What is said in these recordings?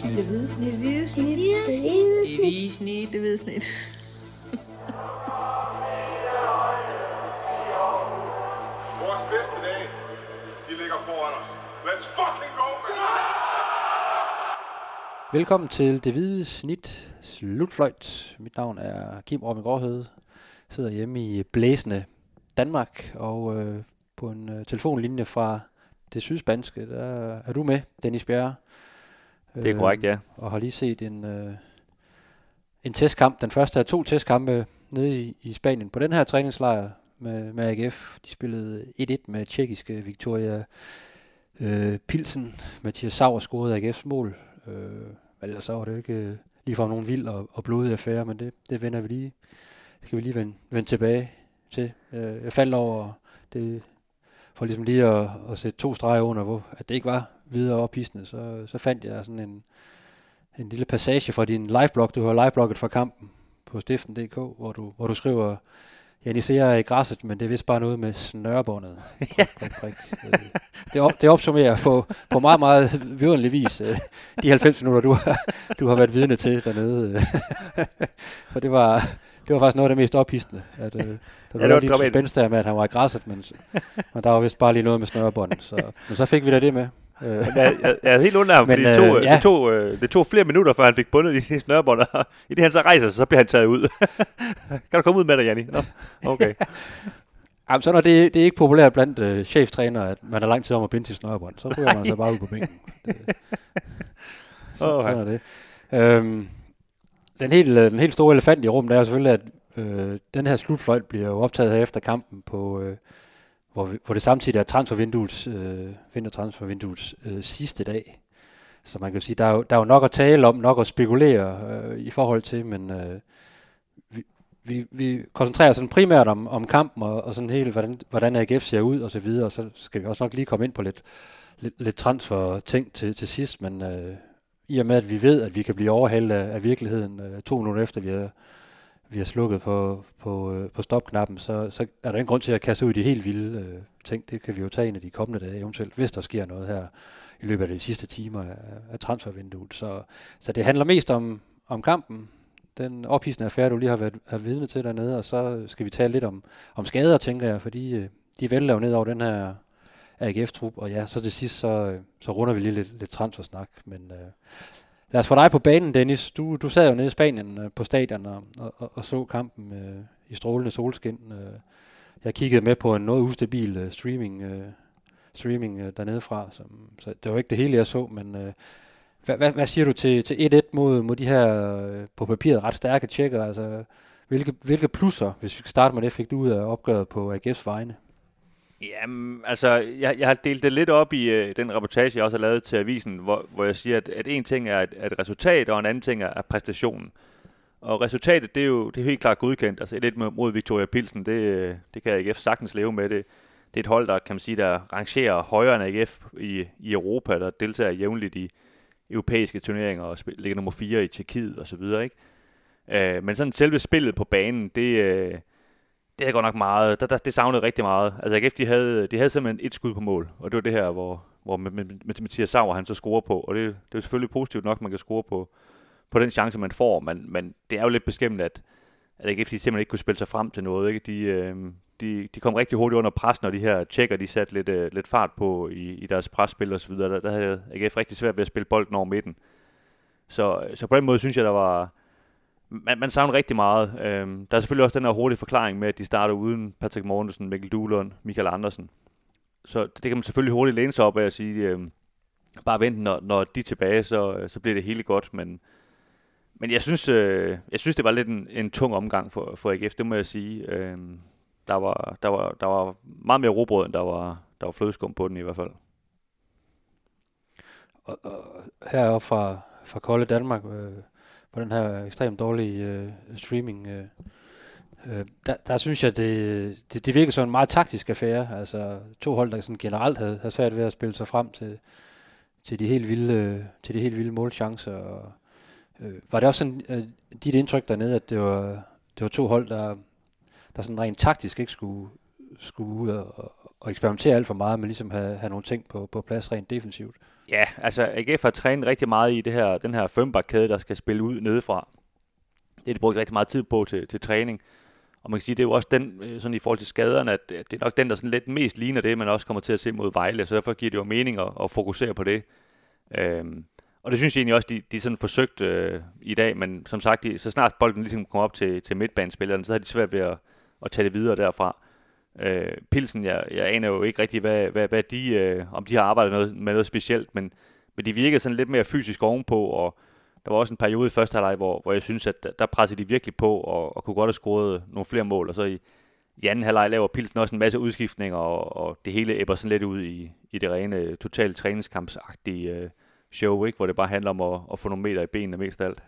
snit. Det hvide snit. Det hvide snit. Det hvide snit. Det hvide snit. Det hvide snit. Vores bedste dage, de ligger foran os. Let's fucking go, man! Velkommen til Det Hvide Snit Slutfløjt. Mit navn er Kim Robin Gråhede. Jeg sidder hjemme i blæsende Danmark, og på en telefonlinje fra det sydspanske, der er du med, Dennis Bjerre. Det er korrekt, ja. Og har lige set en testkamp, den første af 2 testkampe nede i Spanien på den her træningslejr med AGF. De spillede 1-1 med tjekkiske Victoria Pilsen. Mathias Sauer scorede AGF's mål. Men ellers så var det jo ikke ligefrem nogen vild og blodig affære, men det vender vi lige. Det skal vi lige vende tilbage til. Jeg faldt over det, for ligesom lige at sætte 2 streger under, hvor at det ikke var videre ophidsende, så fandt jeg sådan en lille passage fra din liveblog. Du har liveblogget fra kampen på stiften.dk, hvor du skriver: Janiserer i græsset, men det er vist bare noget med snørebåndet. Det opsummerer på meget, meget vidunderlig vis de 90 minutter, du har været vidne til dernede. For det var faktisk noget af det mest ophidsende. Der var lidt suspense der med, at han var i græsset, men der var vist bare lige noget med snørebåndet. Men så fik vi da det med. Jeg er helt under ham, fordi det tog flere minutter, før han fik bundet i sine snørebånd, og i det han så rejser sig, så bliver han taget ud. Kan du komme ud med dig, Janni? Nå, okay. Jamen, så når det er ikke populært blandt cheftræner, at man er lang tid om at binde til snørebånd, så ryger man så bare ud på bænken. Sådan er det. Den helt store elefant i rummet er selvfølgelig, at den her slutfløjt bliver jo optaget her efter kampen på... Hvor det samtidig er vintertransfervinduets sidste dag. Så man kan sige, der er jo nok at tale om, nok at spekulere i forhold til, men vi koncentrerer sådan primært om kampen og sådan helt, hvordan AGF ser ud og så videre, og så skal vi også nok lige komme ind på lidt transfer-ting til sidst, men i og med, at vi ved, at vi kan blive overhældet af virkeligheden 2 minutter efter, vi har slukket på stopknappen, så er der ingen grund til at kaste ud i de helt vilde ting. Det kan vi jo tage en af de kommende dage, eventuelt, hvis der sker noget her i løbet af de sidste timer af transfervinduet. Så det handler mest om kampen, den ophidsende affære, du lige har været vidne til dernede, og så skal vi tale lidt om skader, tænker jeg, fordi de vælter jo ned over den her AGF-trup, og ja, så til sidst, så runder vi lige lidt transfersnak, men... Lad os få dig på banen, Dennis. Du sad jo nede i Spanien på stadion og så kampen i strålende solskin. Jeg kiggede med på en noget ustabil streaming dernede fra, så det var ikke det hele, jeg så. Men hvad siger du til 1-1 mod de her på papiret ret stærke tjekker? Altså, hvilke plusser, hvis vi skal starte med det, fik du ud af opgøret på AGF's vegne? Jamen, altså, jeg har delt det lidt op i den reportage, jeg også har lavet til avisen, hvor jeg siger, at en ting er et resultat, og en anden ting er præstationen. Og resultatet, det er jo helt klart godkendt. Altså 1-1 mod Victoria Pilsen, det kan AGF sagtens leve med. Det er et hold, der kan man sige, der rangerer højere end AGF i Europa, der deltager jævnligt i europæiske turneringer og ligger nummer 4 i Tjekkiet og så videre, ikke? Men sådan selve spillet på banen, det er godt nok meget. Det savnede rigtig meget. Altså AGF, de havde simpelthen et skud på mål, og det var det her, hvor Mathias Sauer han så scorer på, og det er jo selvfølgelig positivt nok, man kan score på den chance, man får, men det er jo lidt beskæmmende, at AGF, de simpelthen ikke kunne spille sig frem til noget, ikke? De kom rigtig hurtigt under pres, når de her tjekker, de satte lidt fart på i deres presspil og så videre. Der havde AGF rigtig svært ved at spille bolden over midten. Så på den måde synes jeg, der var... Man savner rigtig meget. Der er selvfølgelig også den her hurtige forklaring med, at de starter uden Patrick Mortensen, Mikkel Duelund, Michael Andersen. Så det kan man selvfølgelig hurtigt læne sig op af at sige, bare vente, når de er tilbage, så bliver det hele godt. Men jeg synes, det var lidt en tung omgang for AGF, det må jeg sige. Der var meget mere rugbrød, end der var flødeskum på den i hvert fald. Og heroppe fra kolde Danmark... på den her ekstremt dårlige streaming, der synes jeg, det virker som en meget taktisk affære. Altså 2 hold, der sådan generelt havde svært ved at spille sig frem til de helt vilde målchancer. Og, var det også sådan dit indtryk dernede, at det var 2 hold, der sådan rent taktisk ikke skulle ud eksperimentere alt for meget, men ligesom have nogle ting på plads rent defensivt. Ja, altså AGF har trænet rigtig meget i den her fembakkæde, der skal spille ud nedefra. Det er de brugt rigtig meget tid på til træning. Og man kan sige, det er jo også den, sådan i forhold til skaderne, at det er nok den, der sådan lidt mest ligner det, man også kommer til at se mod Vejle, så derfor giver det jo mening at fokusere på det. Og det synes jeg egentlig også, de sådan forsøgt i dag, men som sagt, så snart bolden ligesom kommer op til midtbanespillerne, så har de svært ved at tage det videre derfra. Pilsen, jeg aner jo ikke rigtig, hvad de, om de har arbejdet med noget specielt, men de virkede sådan lidt mere fysisk ovenpå, og der var også en periode i første halvleg, hvor jeg synes, at der pressede de virkelig på, og kunne godt have scoret nogle flere mål, og så i anden halvleg laver Pilsen også en masse udskiftninger, og det hele æbber sådan lidt ud i det rene, totalt træningskampsagtige show, ikke? Hvor det bare handler om at få nogle meter i benene mest af alt.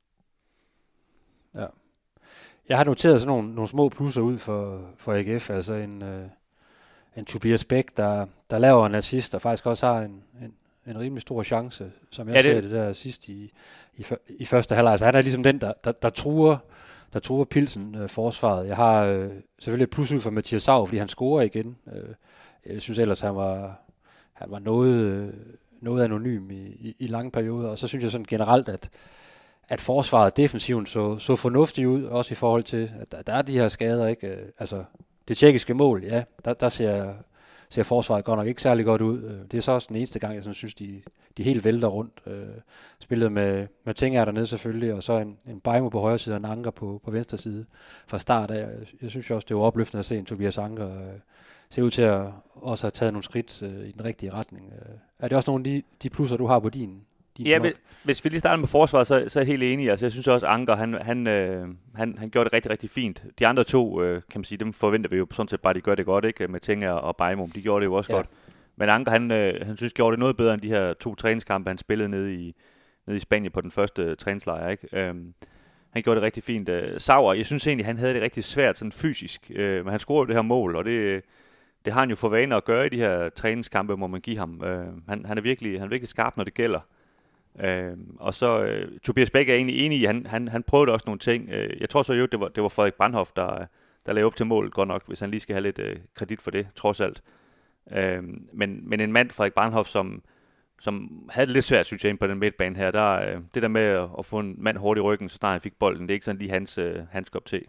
Ja. Jeg har noteret sådan nogle små plusser ud for AGF, altså en Tobias Bæk, der laver en assist, og faktisk også har en rimelig stor chance, som jeg ser det der sidst i første halvleg. Altså han er ligesom den, der truer Pilsen forsvaret. Jeg har selvfølgelig et plus ud for Mathias Sauer, fordi han scorer igen. Jeg synes ellers, han var noget anonym i lange perioder, og så synes jeg sådan generelt, at forsvaret defensiven så fornuftigt ud, også i forhold til, at der er de her skader, ikke? Altså, det tjekkiske mål, ja, der ser forsvaret godt nok ikke særlig godt ud. Det er så også den eneste gang, jeg sådan synes, de helt vælter rundt. Spillet med Tinger dernede selvfølgelig, og så en Bajmo på højre side og en Anker på venstre side fra start af. Jeg synes også, det var opløftende at se en Tobias Anker se ud til at også have taget nogle skridt i den rigtige retning. Er det også nogle af de plusser, du har på din ja, hvis vi lige starter med forsvaret, så er jeg helt enig. Altså, jeg synes også, Anker, han gjorde det rigtig, rigtig fint. De andre to, kan man sige, dem forventer vi jo sådan set bare, de gør det godt, ikke? Med Tinger og Bajmo. De gjorde det jo også godt. Men Anker, han synes, gjorde det noget bedre end de her 2 træningskampe, han spillede nede i Spanien på den første træningslejr, ikke? Han gjorde det rigtig fint. Sauer, jeg synes egentlig, han havde det rigtig svært sådan fysisk. Men han scorede det her mål, og det har han jo for vane at gøre i de her træningskampe, må man give ham. Han er virkelig skarp, når det gælder. Og så Tobias Bæk er egentlig enig i, han prøvede også nogle ting. Jeg tror så jo, det var Frederik Brandhoff, der lavede op til målet godt nok, hvis han lige skal have lidt kredit for det, trods alt. Men en mand, Frederik Brandhoff, som havde det lidt svært, synes jeg, ind på den midtbane her, det der med at få en mand hårdt i ryggen, så snart han fik bolden, det er ikke sådan lige hans kop te.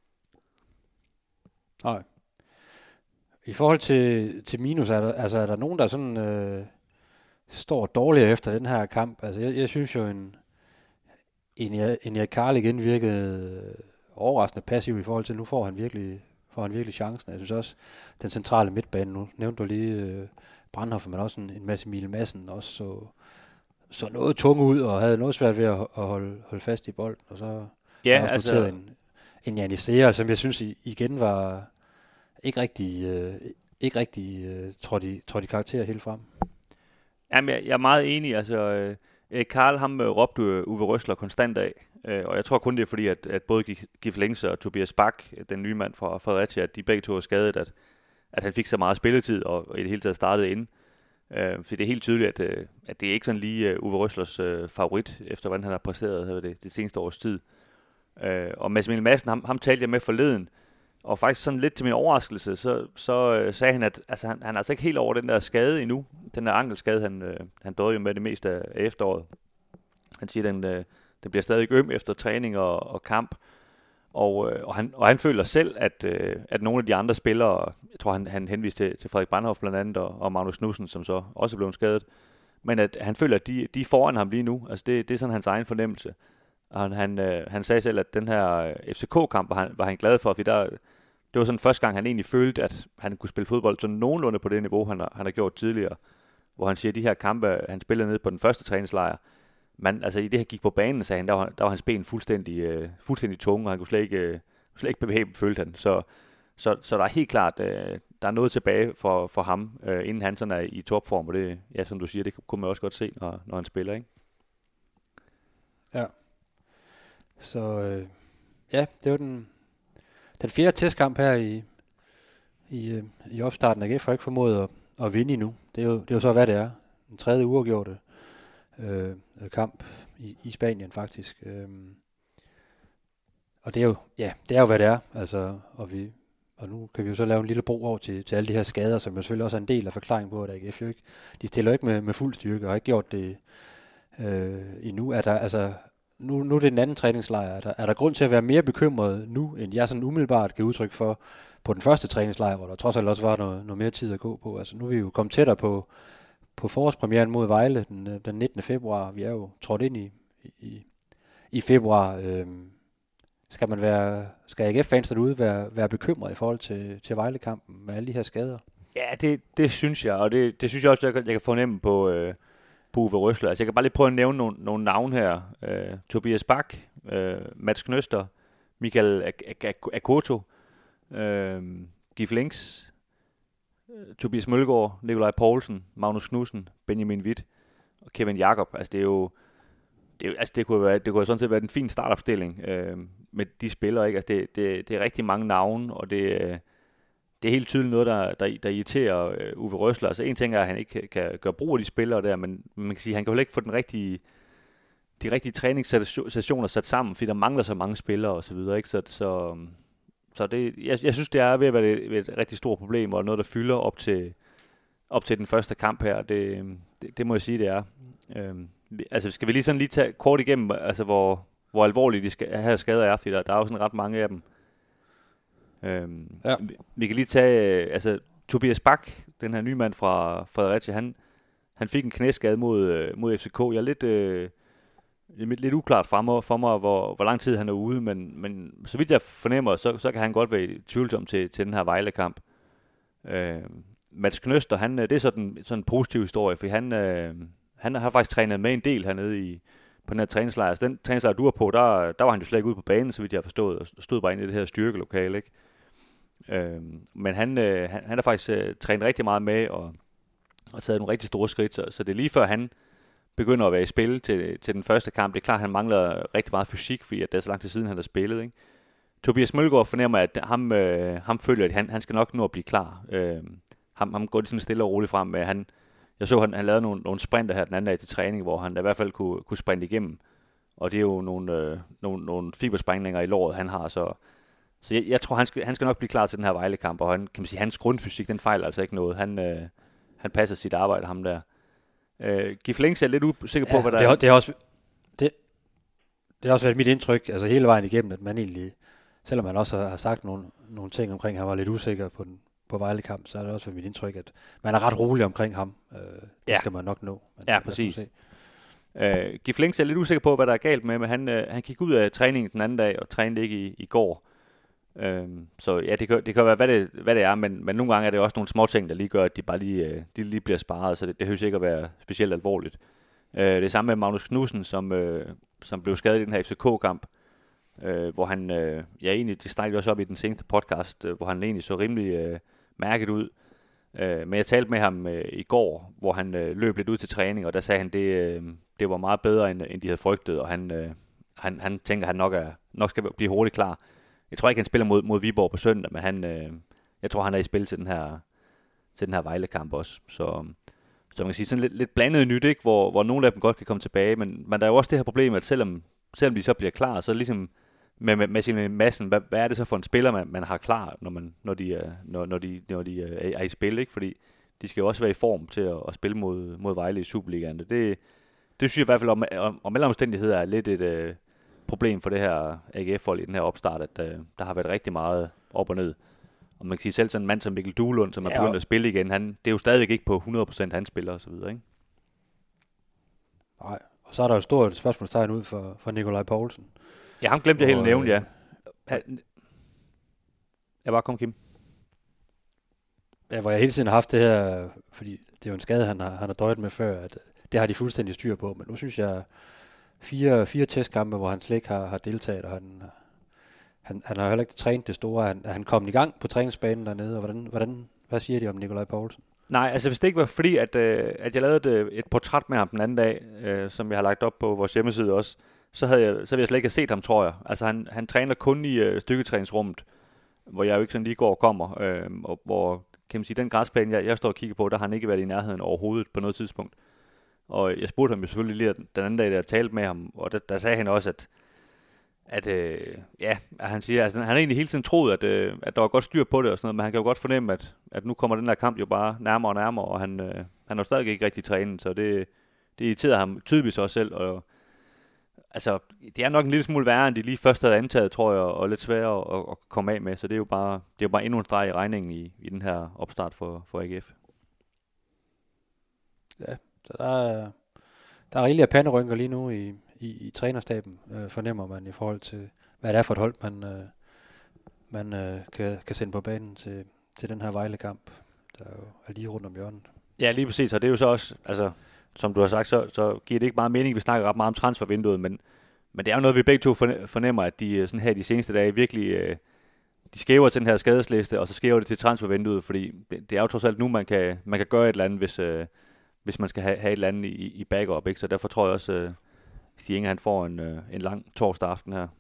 Nej. I forhold til minus, er der nogen, der sådan står dårligere efter den her kamp? Altså jeg synes jo, en Erik Karl igen virkede overraskende passiv i forhold til, nu får han virkelig chancen. Jeg synes også, den centrale midtbane, nu nævnte du lige Brandhoff, men også en masse Emil Madsen, også så noget tung ud, og havde noget svært ved at holde fast i bolden, og så har også noteret en Janisera, som jeg synes igen var ikke rigtig trådte i karakter helt frem. Jamen, jeg er meget enig. Altså, Karl, ham råbte Uwe Røsler konstant af, og jeg tror kun det er fordi, at både Gif Længs og Tobias Bak, den nye mand fra Fredericia, at de begge to er skadet, at han fik så meget spilletid, og i det hele taget startede inden. For det er helt tydeligt, at det er ikke sådan lige Uwe Røslers favorit, efter hvordan han har præsteret det seneste års tid. Og Mads Emil Madsen, ham talte jeg med forleden, og faktisk sådan lidt til min overraskelse, så sagde han, at altså, han er altså ikke helt over den der skade endnu. Den der ankelskade, han døde jo med det meste af efteråret. Han siger, at den bliver stadig øm efter træning og kamp. Og han føler selv, at nogle af de andre spillere, jeg tror han henviste til Frederik Brandhoff blandt andet, og Magnus Knudsen, som så også blev skadet, men at han føler, at de er foran ham lige nu. Altså det er sådan hans egen fornemmelse. Og han sagde selv, at den her FCK-kamp var han glad for, fordi det var sådan første gang, han egentlig følte, at han kunne spille fodbold sådan nogenlunde på det niveau, han har gjort tidligere. Hvor han siger, at de her kampe, han spillede ned på den første træningslejr, men altså i det her gik på banen, sagde han, der var hans ben fuldstændig tunge, og han kunne slet ikke bevæge dem, følte han. Så der er helt klart, der er noget tilbage for ham, inden han sådan er i topform, og det, ja, som du siger, det kunne man også godt se, når han spiller, ikke? Ja. Så ja, det var den fjerde testkamp her i opstarten. AGF har ikke formået at vinde endnu. Det er jo så, hvad det er. Den tredje uafgjorte kamp i Spanien, faktisk. Og det er jo, hvad det er. Altså, og Og nu kan vi jo så lave en lille bro over til alle de her skader, som jo selvfølgelig også er en del af forklaringen på, at AGF jo ikke, de stiller jo ikke med fuld styrke, og har ikke gjort det endnu. Er der, altså, nu er det en anden træningslejr. Er der grund til at være mere bekymret nu, end jeg sådan umiddelbart gav udtryk for på den første træningslejr, hvor der trods alt også var noget mere tid at gå på? Altså, nu er vi jo kommet tættere på forårspremieren mod Vejle den 19. februar. Vi er jo trådt ind i februar. Skal AGF-fans derude være bekymret i forhold til Vejle-kampen med alle de her skader? Ja, det synes jeg, og det synes jeg også, jeg kan fornemme på Uwe Røsler. Altså, jeg kan bare lige prøve at nævne nogle navne her. Tobias Bak, Mats Knøster, Michael Akoto, Gif Links, Tobias Mølgaard, Nikolaj Poulsen, Magnus Knudsen, Benjamin Witt og Kevin Jakob. Altså, det kunne sådan set være en fin startopstilling med de spillere, ikke? Altså, det er rigtig mange navne, og det er helt tydeligt noget, der irriterer Uwe Røsler. Altså, en ting er, at han ikke kan gøre brug af de spillere der, men man kan sige, at han kan jo ikke få de rigtige træningssessioner sat sammen, fordi der mangler så mange spillere og så videre, ikke? Så det, jeg synes, det er ved at være et rigtig stort problem, og noget, der fylder op til den første kamp her. Det må jeg sige, det er. Altså, skal vi lige tage kort igennem, altså, hvor alvorlige de her skader er, fordi der er jo sådan ret mange af dem. Ja. Vi kan lige tage, Tobias Bak, den her nye mand fra Fredericia, han fik en knæskade mod FCK. Jeg er lidt uklart for mig, hvor lang tid han er ude, men så vidt jeg fornemmer, så kan han godt være tvivlsom til den her Vejle-kamp. Mats Knøster, det er sådan en positiv historie, for han har faktisk trænet med en del hernede på den her træningslejr. Så den træningslejr, du var på, der var han jo slet ikke ude på banen, så vidt jeg har forstået, og stod bare inde i det her styrkelokale, ikke? Men han har faktisk trænet rigtig meget med, og taget nogle rigtig store skridt, så det er lige før han begynder at være i spil til den første kamp. Det er klart, at han mangler rigtig meget fysik, fordi at det er så lang tid siden, han har spillet, ikke? Tobias Mølgaard fornemmer, at ham følger, at han skal nok nå at blive klar. Ham går de sådan stille og roligt frem med. Jeg så, han lavede nogle sprinter her den anden dag til træning, hvor han i hvert fald kunne sprinte igennem. Og det er jo nogle fibersprængninger i låret, han har. Så jeg tror, han skal nok blive klar til den her Vejle-kamp. Og hans grundfysik, den fejler altså ikke noget. Han passer sit arbejde, ham der. Gif Links er lidt usikker på, hvad der er. Det har også været mit indtryk, altså hele vejen igennem, at man egentlig, selvom man også har sagt nogle ting omkring, at han var lidt usikker på Vejle-kamp, så er det også været mit indtryk, at man er ret rolig omkring ham. Det skal man nok nå. Ja, præcis. Gif Links er lidt usikker på, hvad der er galt med, men han gik ud af træningen den anden dag, og trænede ikke i går. Så ja, det kan være, hvad det er, men nogle gange er det også nogle små ting, der lige gør, at de bare lige bliver sparet, så det behøver ikke at være specielt alvorligt. Det er samme med Magnus Knudsen, som blev skadet i den her FCK-kamp, hvor han, egentlig, det snakkede også op i den seneste podcast, hvor han egentlig så rimelig mærket ud. Men jeg talte med ham i går, hvor han løb lidt ud til træning, og der sagde han, det var meget bedre, end de havde frygtet, og han tænker, at han nok skal blive hurtigt klar. Jeg tror ikke, han spiller mod Viborg på søndag, men jeg tror, han er i spil til den her Vejle-kamp også. Så man kan sige sådan lidt blandet nyt, ikke? Hvor nogle af dem godt kan komme tilbage, men der er jo også det her problem, at selvom de så bliver klar, så ligesom med sin massen, hvad er det så for en spiller, man har klar, når de er i spil, ikke? Fordi de skal jo også være i form til at spille mod Vejle i Superligaen. Det synes jeg i hvert fald om alle omstændigheder er lidt et problem for det her AGF-hold i den her opstart, at der har været rigtig meget op og ned. Og man kan sige selv sådan en mand som Mikkel Duelund, som er begyndt at spille igen, det er jo stadigvæk ikke på 100% han spiller og så videre, ikke? Nej, og så er der jo stort spørgsmålstegn ud for Nikolaj Poulsen. Ja, ham glemte jeg helt at nævne, ja. Jeg bare kom, Kim. Ja, hvor jeg hele tiden har haft det her, fordi det er jo en skade, han har døjet med før, at det har de fuldstændig styr på, men nu synes jeg, 4 testkampe, hvor han slet ikke har deltaget, og han har heller ikke trænet det store. Han kom i gang på træningsbanen dernede, og hvad siger de om Nikolaj Poulsen? Nej, altså hvis det ikke var fordi, at jeg lavede et portræt med ham den anden dag, som jeg har lagt op på vores hjemmeside også, så ville jeg slet ikke have set ham, tror jeg. Altså han træner kun i styrketræningsrummet, hvor jeg jo ikke sådan lige går og kommer, og hvor, kan man sige, den græsplæne, jeg står og kigger på, der har han ikke været i nærheden overhovedet på noget tidspunkt. Og jeg spurgte ham jo selvfølgelig lige den anden dag, da jeg talte med ham, og der sagde han også, at han siger, at han har egentlig hele tiden troet, at der var godt styr på det og sådan noget, men han kan jo godt fornemme, at nu kommer den der kamp jo bare nærmere og nærmere, og han har jo stadig ikke rigtig trænet, så det irriterer ham tydeligvis også selv, og altså, det er nok en lille smule værre, end de lige først havde antaget, tror jeg, og lidt sværere at komme af med, så det er jo bare endnu en streg i regningen i den her opstart for AGF. Ja, så der er rigeligt af panderynker lige nu i trænerstaben, fornemmer man i forhold til, hvad det er for et hold, man kan sende på banen til den her Vejle-kamp, der er lige rundt om hjørnet. Ja, lige præcis, og det er jo så også, altså, som du har sagt, så giver det ikke meget mening, vi snakker ret meget om transfervinduet, men det er jo noget, vi begge to fornemmer, at de sådan her de seneste dage virkelig, de skæver til den her skadesliste, og så skæver det til transfervinduet, fordi det er jo trods alt nu, man kan gøre et eller andet, hvis man skal have et eller andet i backup, ikke? Så derfor tror jeg også, Stig Inge, han får en lang torsdag aften her.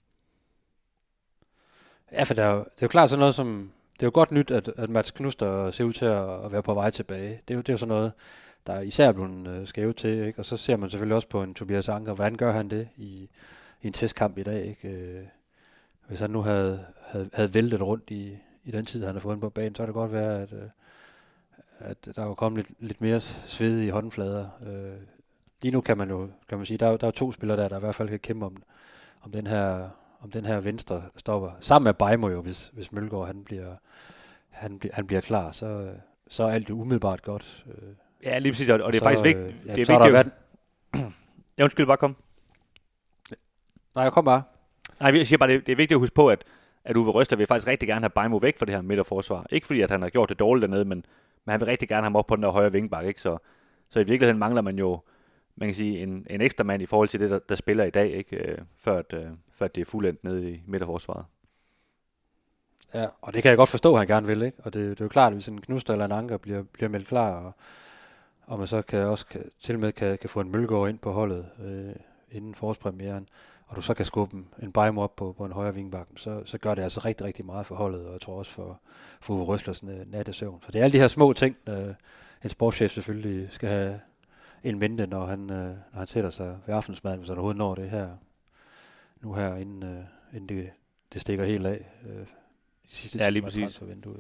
Ja, for det er jo klart sådan noget som, det er jo godt nyt, at Mats Knuster ser ud til at være på vej tilbage. Det er jo sådan noget, der er især blevet skævet til, ikke? Og så ser man selvfølgelig også på en Tobias Anker, hvordan gør han det i en testkamp i dag, ikke? Hvis han nu havde væltet rundt i den tid, han har fået ind på banen, så kan det godt være, at der er kommet lidt mere sved i håndflader. Lige nu kan man sige, der er 2 spillere der i hvert fald kan kæmpe om den her venstre stopper. Sammen med Bajmo jo, hvis Mølgaard han bliver klar, så er alt det umiddelbart godt. Ja, lige præcis, og det er faktisk vigtigt. Ja, det er vigtigt. Jeg undskyld, bare kom. Nej, jeg kom bare. Nej, jeg siger bare, det er vigtigt at huske på, at Uwe Røsler vil faktisk rigtig gerne have Bajmo væk fra det her midterforsvar. Ikke fordi, at han har gjort det dårligt dernede, men han vil rigtig gerne have ham op på den der højre vingbak, ikke? Så i virkeligheden mangler man jo, man kan sige, en ekstra mand i forhold til det, der spiller i dag, ikke? Før det er fuldendt nede i midterforsvaret. Ja, og det kan jeg godt forstå, at han gerne vil, ikke? Og det er jo klart, at hvis en Knuster eller en Anker bliver meldt klar, og man så til og med kan få en Mølgaard ind på holdet inden forårspremieren, og du så kan skubbe en Bajmo op på en højre vingbak, så gør det altså rigtig, rigtig meget for holdet, og jeg tror også for Uwe Røslers nattesøvn. Så det er alle de her små ting, en sportschef selvfølgelig skal have en mente, når han sætter sig ved aftensmaden, hvis han overhovedet når det her, nu her, inden det stikker helt af. De sidste ja, lige præcis.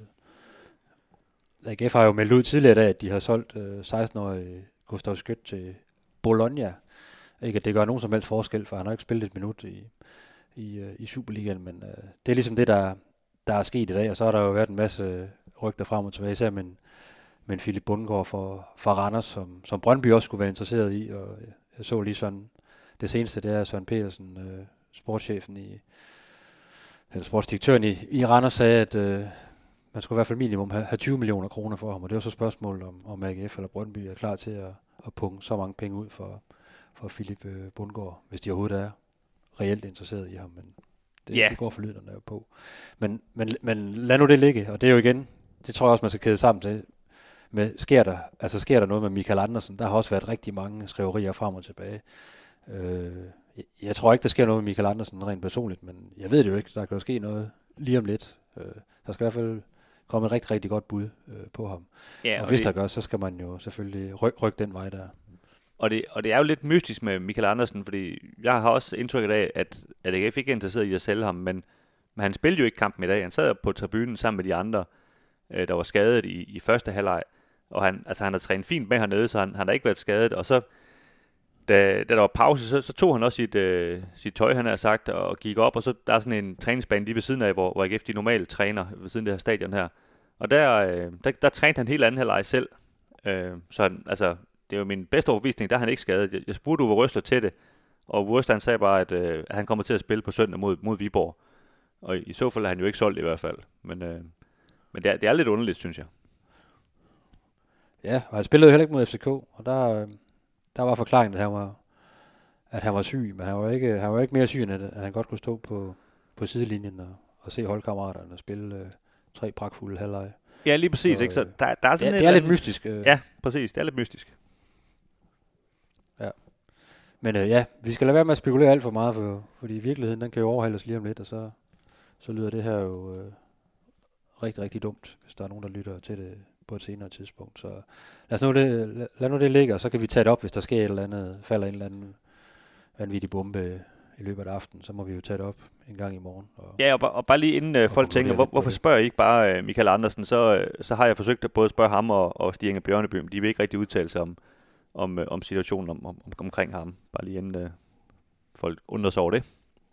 AGF har jo meldt ud tidligere i dag, at de har solgt 16-årige Gustav Skytt til Bologna. Ikke at det gør nogen som helst forskel, for han har ikke spillet et minut i Superligaen, men det er ligesom det, der er sket i dag, og så har der jo været en masse rygter frem og tilbage, især med en Philip Bundgaard fra Randers, som Brøndby også skulle være interesseret i, og jeg så lige sådan, det seneste, det er Søren Petersen, sportschefen eller sportsdirektøren i Randers, sagde, at man skulle i hvert fald minimum have 20 millioner kroner for ham, og det var så spørgsmålet om AGF eller Brøndby er klar til at punge så mange penge ud for Philip Bundgaard, hvis de overhovedet er reelt interesseret i ham, men det går forlydende på. Men lad nu det ligge, og det er jo igen, det tror jeg også, man skal kæde sammen til, sker der noget med Michael Andersen? Der har også været rigtig mange skriverier frem og tilbage. Jeg tror ikke, der sker noget med Michael Andersen rent personligt, men jeg ved det jo ikke. Der kan jo ske noget lige om lidt. Der skal i hvert fald komme et rigtig, rigtig godt bud på ham. Ja, og hvis der gør, så skal man jo selvfølgelig rykke den vej der. Og det er jo lidt mystisk med Michael Andersen, fordi jeg har også indtrykket af, at AGF ikke er interesseret i at sælge ham, men han spillede jo ikke kampen i dag. Han sad på tribunen sammen med de andre, der var skadet i første halvleg. Og han har trænet fint med hernede, så han har ikke været skadet. Og så, da der var pause, så tog han også sit tøj, han har sagt, og gik op. Og så der er sådan en træningsbane lige ved siden af, hvor AGF de normalt træner ved siden af det her stadion her. Og der trænede han helt anden halvleg selv. Så han, altså, det er jo min bedste overbevisning, der er han ikke skadet. Jeg spurgte Uwe Røsler til det, og Uwe Røsler sagde bare, at han kommer til at spille på søndag mod Viborg. Og i så fald er han jo ikke solgt i hvert fald. Men det er lidt underligt, synes jeg. Ja, og han spillede jo heller ikke mod FCK, og der var forklaringen, at han var syg, men han var ikke mere syg, end at han godt kunne stå på sidelinjen og se holdkammeraterne spille 3 pragtfulde halvleje. Ja, lige præcis. Så, ikke? Så der er sådan det er lidt mystisk. Ja, præcis. Det er lidt mystisk. Ja. Men vi skal lade være med at spekulere alt for meget, fordi i virkeligheden, den kan jo overhales lige om lidt, og så lyder det her jo rigtig, rigtig dumt, hvis der er nogen, der lytter til det på et senere tidspunkt. Så lad nu det ligge, og så kan vi tage det op, hvis der sker et eller andet, falder en eller anden vanvittig bombe i løbet af aftenen, så må vi jo tage det op en gang i morgen. Ja, og bare lige inden folk tænker, hvorfor spørger I ikke bare Michael Andersen, så har jeg forsøgt at både spørge ham og Stig Inge Bjørneby, men de vil ikke rigtig udtale sig om situationen omkring ham. Bare lige inden folk undrer sig over det.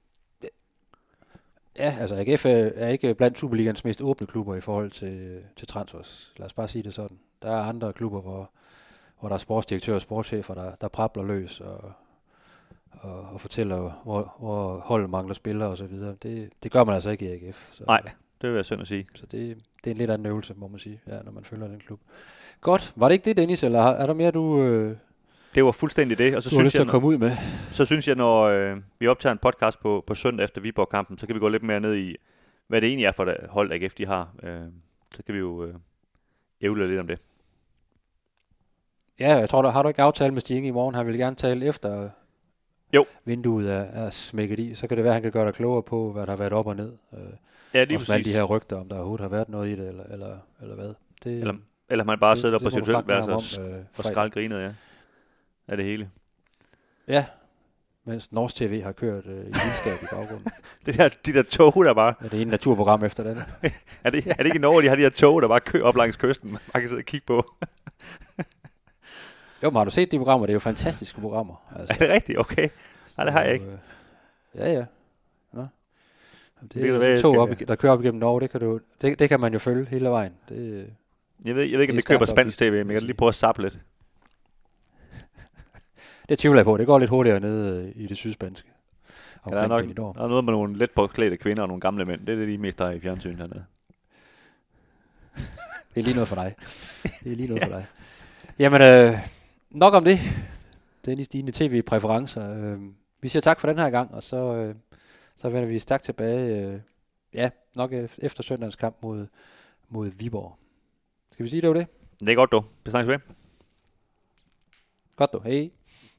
Ja, altså AGF er ikke blandt Superligans mest åbne klubber i forhold til transfers. Lad os bare sige det sådan. Der er andre klubber, hvor der er sportsdirektører og sportschefer, der prabler løs og fortæller, hvor holdet mangler spillere og så videre. Det gør man altså ikke i AGF. Så, nej, det vil jeg synd at sige. Så det er en lidt anden øvelse, må man sige, ja, når man følger den klub. Godt. Var det ikke det, Dennis, eller er der mere, du... Det var fuldstændig det, og så synes jeg, komme ud med. Så synes jeg, når vi optager en podcast på søndag efter Viborg-kampen, så kan vi gå lidt mere ned i, hvad det egentlig er for det hold, AGF de har. Så kan vi jo ævle lidt om det. Ja, jeg tror, har du ikke aftalt med Stig Inge i morgen? Han vil gerne tale efter vinduet er smækket i. Så kan det være, at han kan gøre dig klogere på, hvad der har været op og ned. Ja, lige præcis. Med alle de her rygter, om der overhovedet har været noget i det, eller hvad. Eller man bare sidder på sit hotelværelse og skraldgrinet, ja. Af det hele. Ja, mens Norsk TV har kørt i vildskab i baggrunden. De der tog, der bare... Ja, det ene naturprogram efter det. er det ikke i Norge, de har de her tog, der bare kører op langs kysten, man kan sidde og kigge på? Jo, men har du set de programmer? Det er jo fantastiske programmer. Altså, er det rigtigt? Okay. Nej, det har jeg ikke. Ja. Nå. Det er tog, der kører op igennem Norge, det kan man jo følge hele vejen. Jeg ved ikke, om det kører på spansk tv, men jeg kan lige prøve at sappe lidt. Det tvivler jeg på. Det går lidt hurtigere nede i det sydspanske. Ja, der er noget med nogle let påklædte kvinder og nogle gamle mænd. Det er det, de mest der i fjernsynet hernede. Det er lige noget for dig. Jamen, nok om det. Dennis, dine tv-præferencer. Vi siger tak for den her gang, og så vender vi stærkt tilbage. Nok efter søndagens kamp mod Viborg. Skal vi sige, det var det? Det er godt, du. Vi snakkes ved. Godt, du. Hej.